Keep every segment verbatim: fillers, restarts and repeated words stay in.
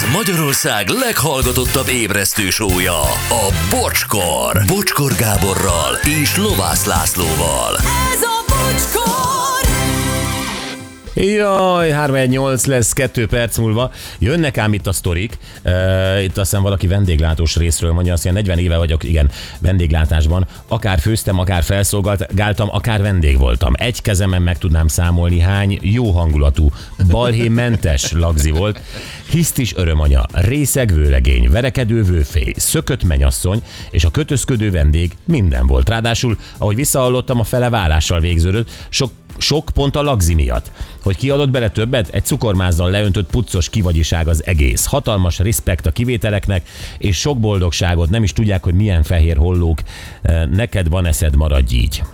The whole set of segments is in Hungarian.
Ez Magyarország leghallgatottabb ébresztő sója, a Bocskor. Bocskor Gáborral és Lovász Lászlóval. Ez a Bocskor! Jaj, három egy nyolc lesz, kettő perc múlva. Jönnek ám itt a sztorik. Uh, itt aztán valaki vendéglátós részről mondja, azt mondja, negyven éve vagyok, igen, vendéglátásban. Akár főztem, akár felszolgáltam, akár vendég voltam. Egy kezemen meg tudnám számolni, hány jó hangulatú, balhémentes lagzi volt. Hisztis örömanya, részeg vőlegény, verekedő vőfély, szökött menyasszony, és a kötözködő vendég minden volt. Ráadásul, ahogy visszahallottam, a fele válással végződött, sok Sok pont a lagzi miatt. Hogy ki adott bele többet? Egy cukormázzal leöntött puccos kivagyiság az egész. Hatalmas respekt a kivételeknek, és sok boldogságot. Nem is tudják, hogy milyen fehér hollók. Neked van eszed, maradj így.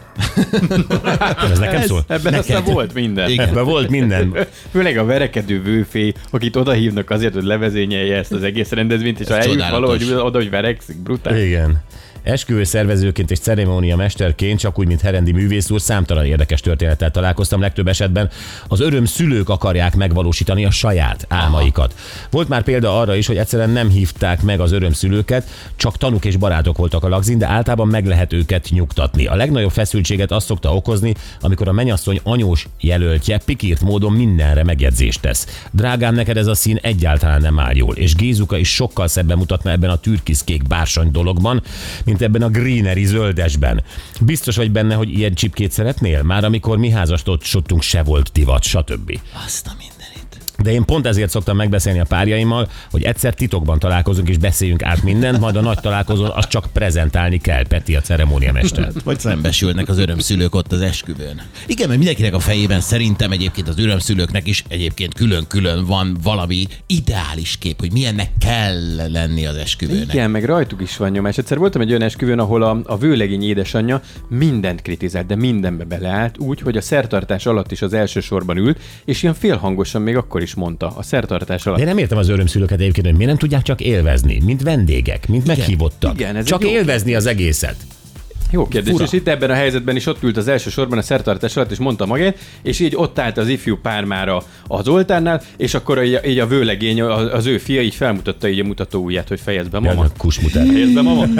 Ez nekem szól? Ebben Neked. aztán volt minden. Igen. Ebben volt minden. Főleg a verekedő vőfély, akit odahívnak azért, hogy levezényelje ezt az egész rendezvényt, és Ez ha eljut csodálatos. valahogy oda, hogy verekszik, brutális. Igen. Esküvő szervezőként és ceremónia mesterként, csak úgy, mint Herendi művész úr, számtalan érdekes történettel találkoztam. Legtöbb esetben az öröm szülők akarják megvalósítani a saját álmaikat. Volt már példa arra is, hogy egyszerűen nem hívták meg az öröm szülőket, csak tanúk és barátok voltak a lagzin, de általában meg lehet őket nyugtatni. A legnagyobb feszültséget azt szokta okozni, amikor a mennyasszony anyós jelöltje pikírt módon mindenre megjegyzést tesz. Drágám, neked ez a szín egyáltalán nem áll jól, és Gézuka is sokkal szebben mutatna ebben a türkiszkék bársony dologban, mint ebben a greeneri zöldesben. Biztos vagy benne, hogy ilyen csipkét szeretnél? Már amikor mi házasodtunk, se volt divat, stb. Azt a mindenit. De én pont ezért szoktam megbeszélni a párjaimmal, hogy egyszer titokban találkozunk és beszéljünk át mindent, majd a nagy találkozón azt csak prezentálni kell, Peti a ceremóniamester. Vagy szembesülnek az örömszülők ott az esküvőn. Igen, mert mindenkinek a fejében szerintem egyébként az örömszülőknek is egyébként külön-külön van valami ideális kép, hogy milyennek kell lenni az esküvőnek. Igen, meg rajtuk is van nyomás. Egyszer voltam egy olyan esküvőn, ahol a, a vőlegény édesanyja mindent kritizált, de mindenbe beleállt, úgy, hogy a szertartás alatt is az első sorban ült, és ilyen félhangosan még akkor is mondta a szertartás alatt. Én nem értem az örömszülőket egyébként, hogy miért nem tudják csak élvezni, mint vendégek, mint meghívottak. Igen, ez csak egy jó élvezni az egészet. Jó kérdés, Fura. és itt ebben a helyzetben is ott ült az első sorban a szertartás alatt, és mondta magát, és így ott állt az ifjú pár már a- az oltárnál, és akkor így, így a vőlegény, az, az ő fia így felmutatta így a mutató ujját, hogy fejezd be, mama. Ja, kusmutár. Fejezd be, mama.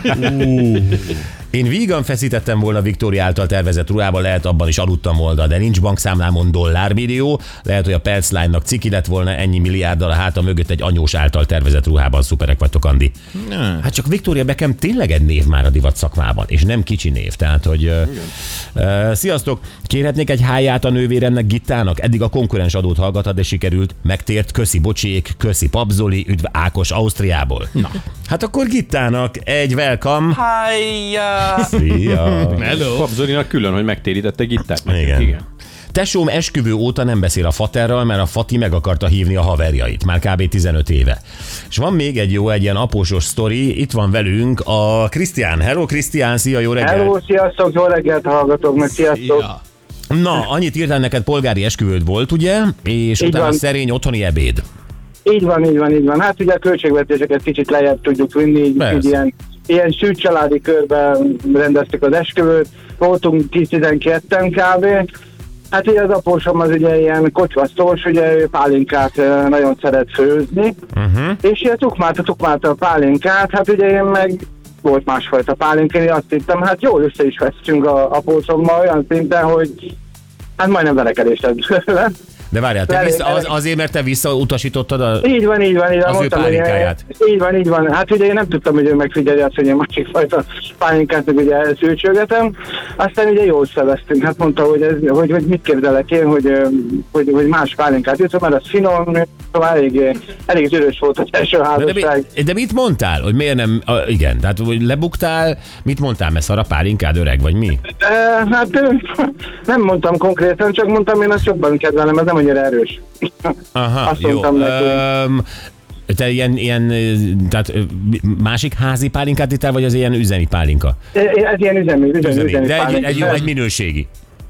Én vígan feszítettem volna Viktória által tervezett ruhába, lehet abban is aludtam volna, de nincs bankszámlámon dollármillió, lehet, hogy a Percline-nak ciki lett volna ennyi milliárddal a háta mögött egy anyós által tervezett ruhában. Szuperek vagytok, Andi. Hát csak Victoria Beckham tényleg egy név már a divat szakmában, és nem kicsi név, tehát, hogy uh, uh, sziasztok, kérhetnék egy háját a nővéremnek, Gittának, eddig a konkurens adót hallgathat, de sikerült, megtért, köszi bocsék, köszi Papzoli, üdv Ákos Ausztriából. Na, hát akkor Gittának egy welcome. Hájjá! Szia! Hello! Pap Zolinak külön, hogy megtérítette Gittát. nekünk, Igen. igen. Tesóm esküvő óta nem beszél a faterral, mert a Fati meg akarta hívni a haverjait, már kb. tizenöt éve. És van még egy jó, egy ilyen apósos sztori, itt van velünk a Krisztián. Hello Krisztián, szia, jó reggelt! Hello, sziasztok, jó reggelt hallgatok, meg sziasztok. Ja. Na, annyit írtál, neked polgári esküvőd volt, ugye? És Így utána van. szerény otthoni ebéd. Így van, így van, így van. Hát ugye a költségvetéseket kicsit lejjebb tudjuk vinni, így, Persze. így ilyen, ilyen szűk családi körben rendeztük az esküvőt, voltunk tíz-tizenketten kb. Hát ugye az apósom az ugye ilyen kocsmasztós, ugye ő pálinkát eh, nagyon szeret főzni, uh-huh. és ilyen tukmálta, tukmálta a pálinkát, hát ugye én meg volt másfajta pálinka, én azt hittem, hát jól össze is vesztünk a apósommal olyan szinten, hogy hát majdnem verekedés lett belőle. De várjál, te Elég, vissza, az, elég. azért, mert te visszautasítottad a... Így van, így van, így van. Az ő Mondtam, hogy én- pálinkáját. Így van, így van. Hát ugye én nem tudtam, hogy ő megfigyeli azt, hogy én másik fajta pálinkát meg ugye szűrcsölgetem. Aztán ugye jól szeveztünk. Hát mondta, hogy, ez, hogy, hogy mit képzelek én, hogy, ö, hogy, hogy más pálinkát jutom, mert az finom, szóval elég, elég zörös volt az első De, de, házasság. mi- de mit mondtál? Hogy miért nem... A, igen, tehát hogy lebuktál, mit mondtál, mert szar a pálinkád öreg, vagy mi? E, hát ö, nem mondtam konkrétan, csak mondtam, én azt jobban kedvelem, ez nem annyira erős. Aha, Azt jó. mondtam neki. Öm, te ilyen, ilyen, ö, tehát ö, másik házi pálinkát ittál, vagy az ilyen üzemi pálinka? Ez ilyen üzemi, üzemi, Üzemi. üzemi De egy, pálinka. egy, jó, egy minőségi.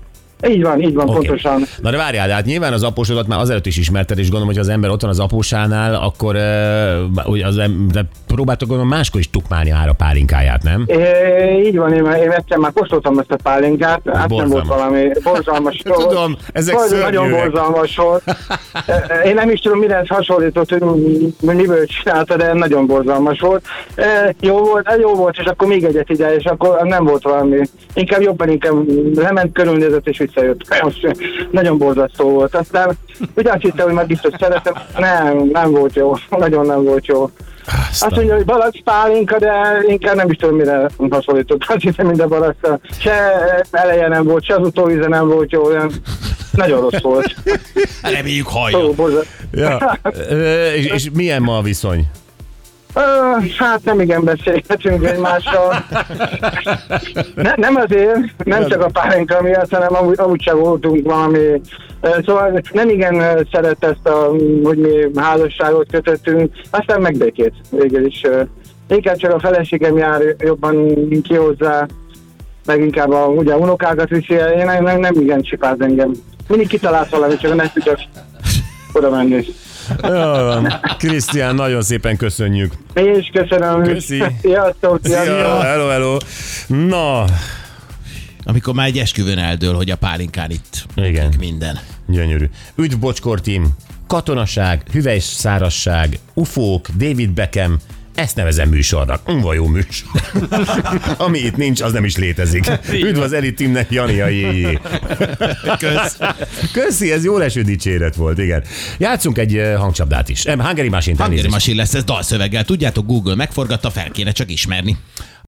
Így van, így van, Oké. okay. pontosan. Na de várjál, de hát nyilván az apósodat már azelőtt is ismerted, és gondolom, hogy ha az ember ott van az apósánál, akkor uh, ugye az em- de próbáltok gondolom máskor is tukmálni már a pálinkáját, nem? É, így van, én, én egyszer már kóstoltam ezt a pálinkát, hát nem volt valami borzalmas volt. Tudom, ezek Vagy szörnyűek. nagyon borzalmas volt. Én nem is tudom, mire hasonlított, hogy miből csinálta, de nagyon borzalmas volt. Jó volt, jó volt, és akkor még egyet ide, és akkor nem volt valami. Inkább jobban, inkább lement, körülnézett, és visszajött. Most nagyon borzasztó volt. Aztán ugye azt hittem, hogy már biztos szeretem. Nem, nem volt jó. Nagyon nem volt jó. Aztán. Azt mondja, hogy balac pálinka, de inkább nem is tudom, mire hasonlított. Azt hiszem, minden balacra. Se eleje nem volt, se az utóvíze nem volt jó, olyan nagyon rossz volt. Reméljük hallja. Ó, borzasztó. Ja. Ö, és, és milyen ma a viszony? Ö, hát nem igen beszélhetünk egymással. Ne, nem azért, nem csak a pálinka miatt, hanem amúgy, amúgy sem voltunk valami. Szóval nem igen szeret ezt, a, hogy mi házasságot kötöttünk, aztán megbékét végül is. Inkább csak a feleségem jár jobban ki hozzá, meg inkább a, ugye a unokákat viszi el, én nem, nem, nem igen csipáz engem. Mindig kitalált valamit, csak nem tudok oda menni. Jól van. Krisztián, nagyon szépen köszönjük. Én is köszönöm. Köszi. Sziasztok. Szia, hello, hello. Na, Amikor már egy esküvőn eldől, hogy a pálinkán itt Igen. minden. gyönyörű. Üdv Bocskor team, katonaság, hüvelys szárasság, ufók, David Beckham, ezt nevezem műsornak. Unva jó műsor. Ami itt nincs, az nem is létezik. Üdv az Elit Teamnek, Jani a jéjé. Kösz. Köszi, ez jó leső dicséret volt, igen. Játszunk egy uh, hangcsapdát is. Em, Hungary Machine. Hungary Machine lesz ez dalszöveggel. Tudjátok, Google megforgatta, fel kéne csak ismerni.